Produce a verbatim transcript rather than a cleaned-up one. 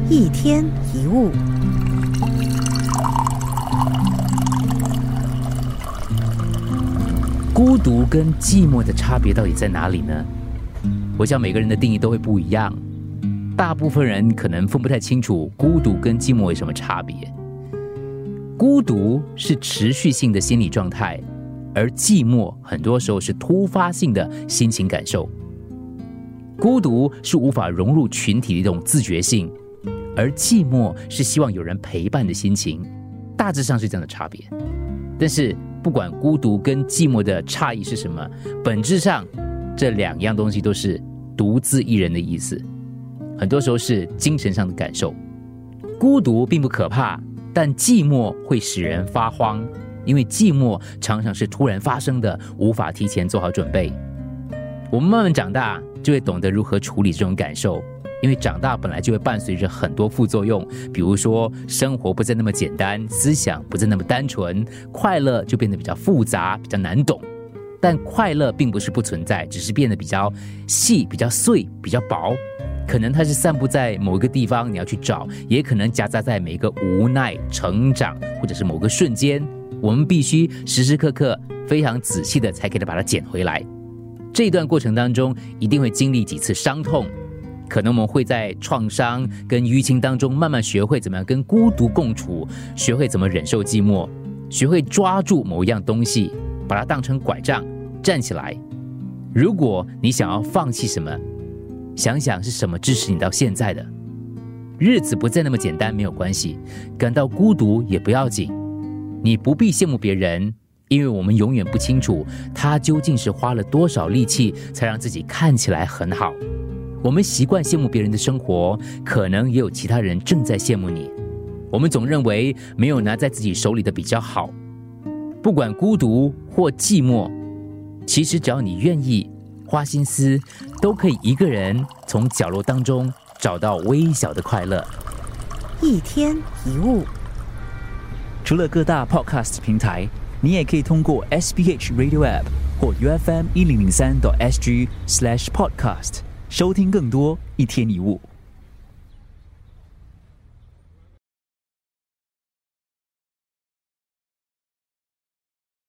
一天一物。 孤独跟寂寞的差别到底在哪里呢？我想每个人的定义都会不一样，大部分人可能分不太清楚孤独跟寂寞有什么差别。孤独是持续性的心理状态，而寂寞很多时候是突发性的心情感受。孤独是无法融入群体的一种自觉性，而寂寞是希望有人陪伴的心情，大致上是这样的差别。但是不管孤独跟寂寞的差异是什么，本质上这两样东西都是独自一人的意思，很多时候是精神上的感受。孤独并不可怕，但寂寞会使人发慌，因为寂寞常常是突然发生的，无法提前做好准备。我们慢慢长大，就会懂得如何处理这种感受，因为长大本来就会伴随着很多副作用，比如说生活不再那么简单，思想不再那么单纯，快乐就变得比较复杂，比较难懂。但快乐并不是不存在，只是变得比较细、比较碎、比较薄。可能它是散布在某一个地方，你要去找，也可能夹杂在每一个无奈、成长，或者是某个瞬间，我们必须时时刻刻非常仔细的才可以把它捡回来。这一段过程当中，一定会经历几次伤痛，可能我们会在创伤跟淤青当中慢慢学会怎么样跟孤独共处，学会怎么忍受寂寞，学会抓住某一样东西，把它当成拐杖站起来。如果你想要放弃什么，想想是什么支持你到现在的。日子不再那么简单没有关系，感到孤独也不要紧，你不必羡慕别人，因为我们永远不清楚他究竟是花了多少力气才让自己看起来很好。我们习惯羡慕别人的生活，可能也有其他人正在羡慕你。我们总认为没有拿在自己手里的比较好。不管孤独或寂寞，其实只要你愿意花心思，都可以一个人从角落当中找到微小的快乐。 一天一物。 除了各大 podcast 平台，你也可以通过 S B H Radio App 或 U F M 一零零三 点 S G slash podcast 收听更多一天一物。